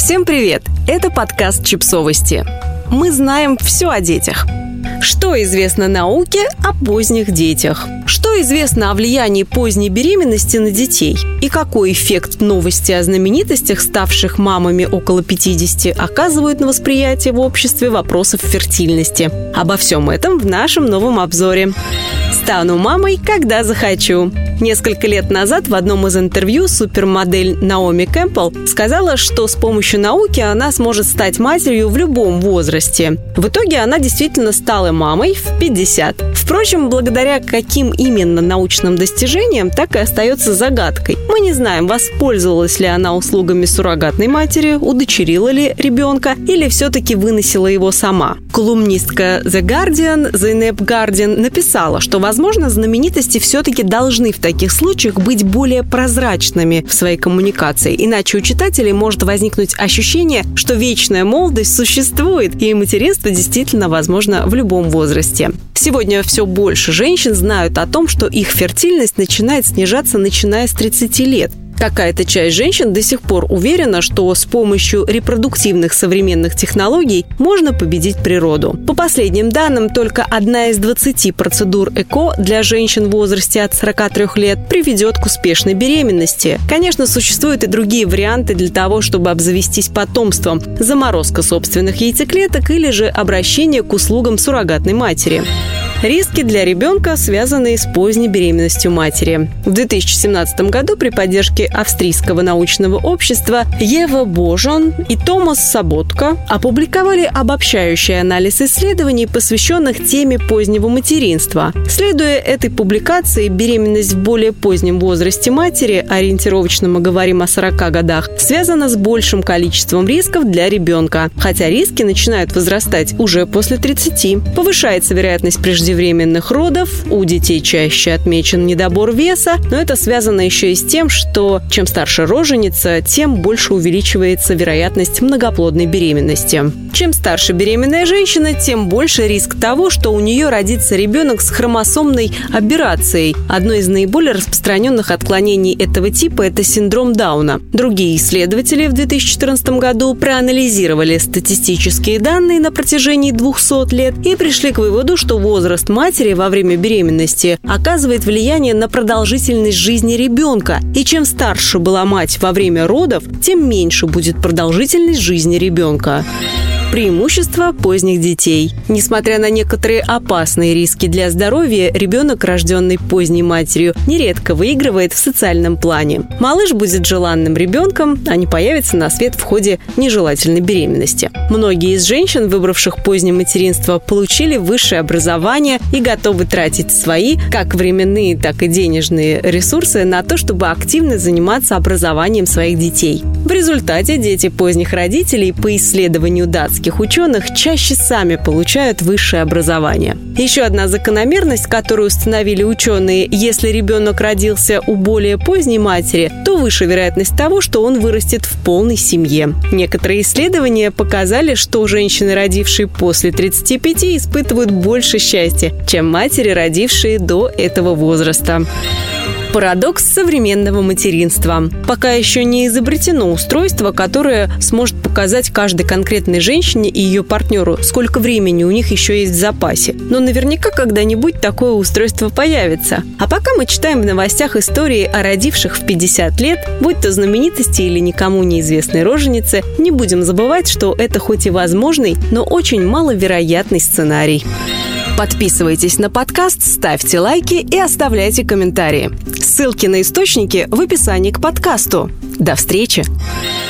Всем привет! Это подкаст «Чипсовости». Мы знаем все о детях. Что известно науке о поздних детях? Что известно о влиянии поздней беременности на детей? И какой эффект новости о знаменитостях, ставших мамами около 50, оказывают на восприятие в обществе вопросов фертильности? Обо всем этом в нашем новом обзоре. «Стану мамой, когда захочу». Несколько лет назад в одном из интервью супермодель Наоми Кэмпбелл сказала, что с помощью науки она сможет стать матерью в любом возрасте. В итоге она действительно стала мамой в 50. Впрочем, благодаря каким именно научным достижениям, так и остается загадкой. Мы не знаем, воспользовалась ли она услугами суррогатной матери, удочерила ли ребенка или все-таки выносила его сама. Колумнистка The Guardian, Зейнеп Гардин, написала, что, возможно, знаменитости все-таки должны в таких случаях быть более прозрачными в своей коммуникации, иначе у читателей может возникнуть ощущение, что вечная молодость существует, и материнство действительно возможно в любом возрасте. Сегодня все больше женщин знают о том, что их фертильность начинает снижаться, начиная с 30 лет. Какая-то часть женщин до сих пор уверена, что с помощью репродуктивных современных технологий можно победить природу. По последним данным, только 1 из 20 процедур ЭКО для женщин в возрасте от 43 лет приведет к успешной беременности. Конечно, существуют и другие варианты для того, чтобы обзавестись потомством: заморозка собственных яйцеклеток или же обращение к услугам суррогатной матери. Риски для ребенка, связанные с поздней беременностью матери. В 2017 году при поддержке австрийского научного общества Ева Божон и Томас Саботко опубликовали обобщающий анализ исследований, посвященных теме позднего материнства. Следуя этой публикации, беременность в более позднем возрасте матери, ориентировочно мы говорим о 40 годах, связана с большим количеством рисков для ребенка. Хотя риски начинают возрастать уже после 30. Повышается вероятность преждевременных родов, у детей чаще отмечен недобор веса, но это связано еще и с тем, что чем старше роженица, тем больше увеличивается вероятность многоплодной беременности. Чем старше беременная женщина, тем больше риск того, что у нее родится ребенок с хромосомной аберрацией. Одно из наиболее распространенных отклонений этого типа – это синдром Дауна. Другие исследователи в 2014 году проанализировали статистические данные на протяжении 200 лет и пришли к выводу, что возраст матери во время беременности оказывает влияние на продолжительность жизни ребенка. И чем старше была мать во время родов, тем меньше будет продолжительность жизни ребенка. Преимущества поздних детей. Несмотря на некоторые опасные риски для здоровья, ребенок, рожденный поздней матерью, нередко выигрывает в социальном плане. Малыш будет желанным ребенком, а не появится на свет в ходе нежелательной беременности. Многие из женщин, выбравших позднее материнство, получили высшее образование и готовы тратить свои, как временные, так и денежные ресурсы на то, чтобы активно заниматься образованием своих детей. В результате дети поздних родителей, по исследованию датских ученых, чаще сами получают высшее образование. Еще одна закономерность, которую установили ученые: если ребенок родился у более поздней матери, то выше вероятность того, что он вырастет в полной семье. Некоторые исследования показали, что женщины, родившие после 35, испытывают больше счастья, чем матери, родившие до этого возраста. Парадокс современного материнства. Пока еще не изобретено устройство, которое сможет показать каждой конкретной женщине и ее партнеру, сколько времени у них еще есть в запасе. Но наверняка когда-нибудь такое устройство появится. А пока мы читаем в новостях истории о родивших в 50 лет, будь то знаменитости или никому неизвестные роженицы, не будем забывать, что это хоть и возможный, но очень маловероятный сценарий. Подписывайтесь на подкаст, ставьте лайки и оставляйте комментарии. Ссылки на источники в описании к подкасту. До встречи!